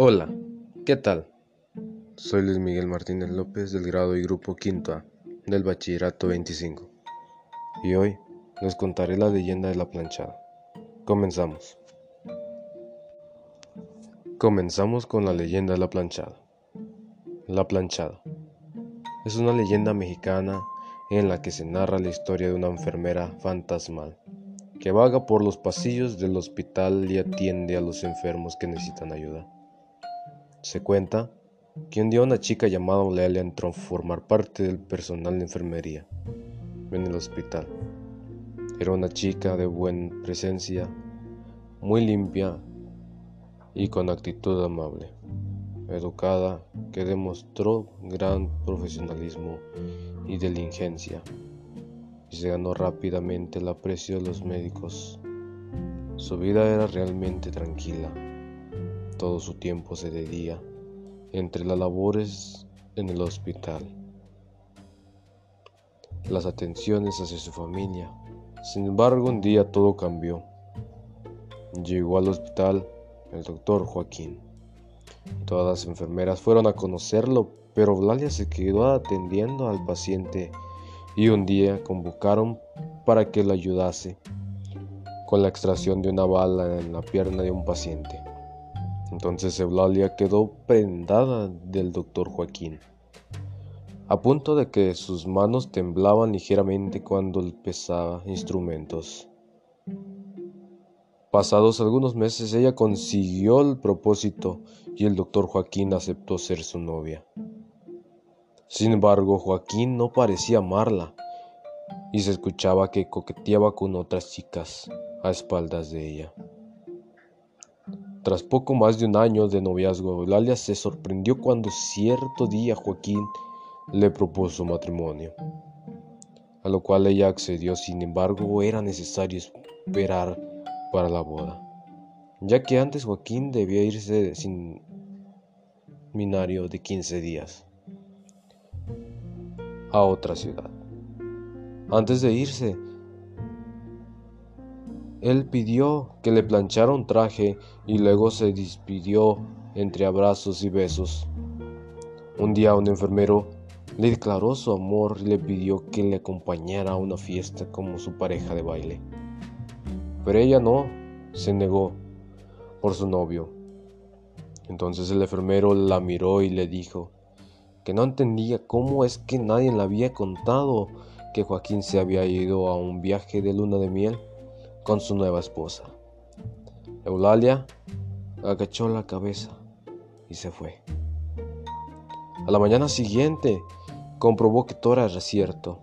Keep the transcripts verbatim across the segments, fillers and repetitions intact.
Hola, ¿qué tal? Soy Luis Miguel Martínez López del grado y grupo quinto A del bachillerato veinticinco y hoy les contaré la leyenda de la planchada. Comenzamos. Comenzamos con la leyenda de la planchada. La planchada es una leyenda mexicana en la que se narra la historia de una enfermera fantasmal que vaga por los pasillos del hospital y atiende a los enfermos que necesitan ayuda. Se cuenta que un día una chica llamada Eulalia entró a formar parte del personal de enfermería en el hospital. Era una chica de buena presencia, muy limpia y con actitud amable, educada, que demostró gran profesionalismo y diligencia y se ganó rápidamente el aprecio de los médicos. Su vida era realmente tranquila. Todo su tiempo se dedicaba entre las labores en el hospital, las atenciones hacia su familia. Sin embargo, un día todo cambió. Llegó al hospital el doctor Joaquín. Todas las enfermeras fueron a conocerlo, pero Eulalia se quedó atendiendo al paciente y un día convocaron para que lo ayudase con la extracción de una bala en la pierna de un paciente. Entonces Eulalia quedó prendada del doctor Joaquín, a punto de que sus manos temblaban ligeramente cuando él pesaba instrumentos. Pasados algunos meses ella consiguió el propósito y el doctor Joaquín aceptó ser su novia. Sin embargo, Joaquín no parecía amarla y se escuchaba que coqueteaba con otras chicas a espaldas de ella. Tras poco más de un año de noviazgo, Eulalia se sorprendió cuando cierto día Joaquín le propuso matrimonio, a lo cual ella accedió. Sin embargo, era necesario esperar para la boda, ya que antes Joaquín debía irse sin seminario de quince días a otra ciudad. Antes de irse, él pidió que le planchara un traje y luego se despidió entre abrazos y besos. Un día un enfermero le declaró su amor y le pidió que le acompañara a una fiesta como su pareja de baile. Pero ella no, se negó por su novio. Entonces el enfermero la miró y le dijo que no entendía cómo es que nadie le había contado que Joaquín se había ido a un viaje de luna de miel con su nueva esposa. Eulalia agachó la cabeza y se fue. A la mañana siguiente comprobó que todo era cierto.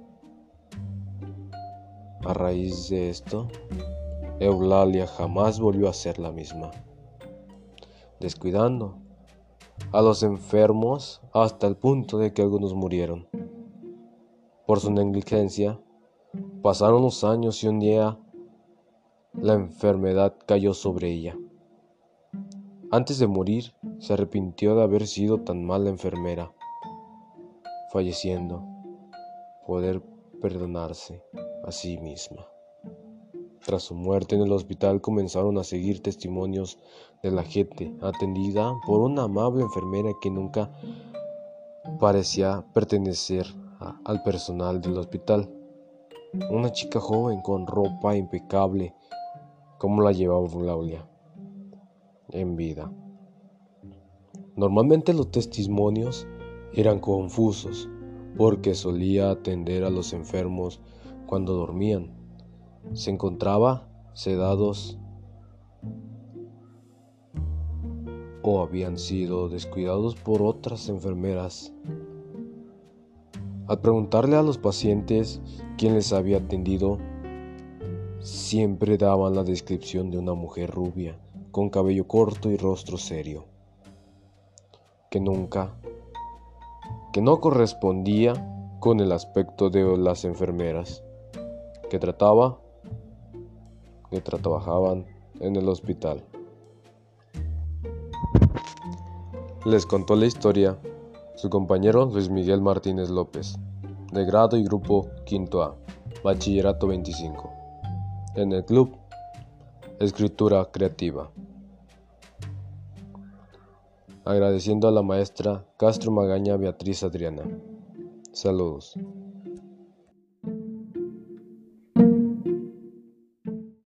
A raíz de esto, Eulalia jamás volvió a ser la misma, descuidando a los enfermos hasta el punto de que algunos murieron. Por su negligencia, pasaron los años y un día la enfermedad cayó sobre ella. Antes de morir, se arrepintió de haber sido tan mala enfermera, falleciendo, poder perdonarse a sí misma. Tras su muerte en el hospital comenzaron a seguir testimonios de la gente atendida por una amable enfermera que nunca parecía pertenecer a, al personal del hospital. Una chica joven con ropa impecable, como la llevaba Eulalia en vida. Normalmente los testimonios eran confusos porque solía atender a los enfermos cuando dormían, se encontraba sedados o habían sido descuidados por otras enfermeras. Al preguntarle a los pacientes quién les había atendido, siempre daban la descripción de una mujer rubia, con cabello corto y rostro serio, que nunca, que no correspondía con el aspecto de las enfermeras que trataba, que trabajaban en el hospital. Les contó la historia su compañero Luis Miguel Martínez López, de grado y grupo quinto A, bachillerato veinticinco, en el club Escritura Creativa. agradeciendo a la maestra Castro Magaña Beatriz Adriana. Saludos.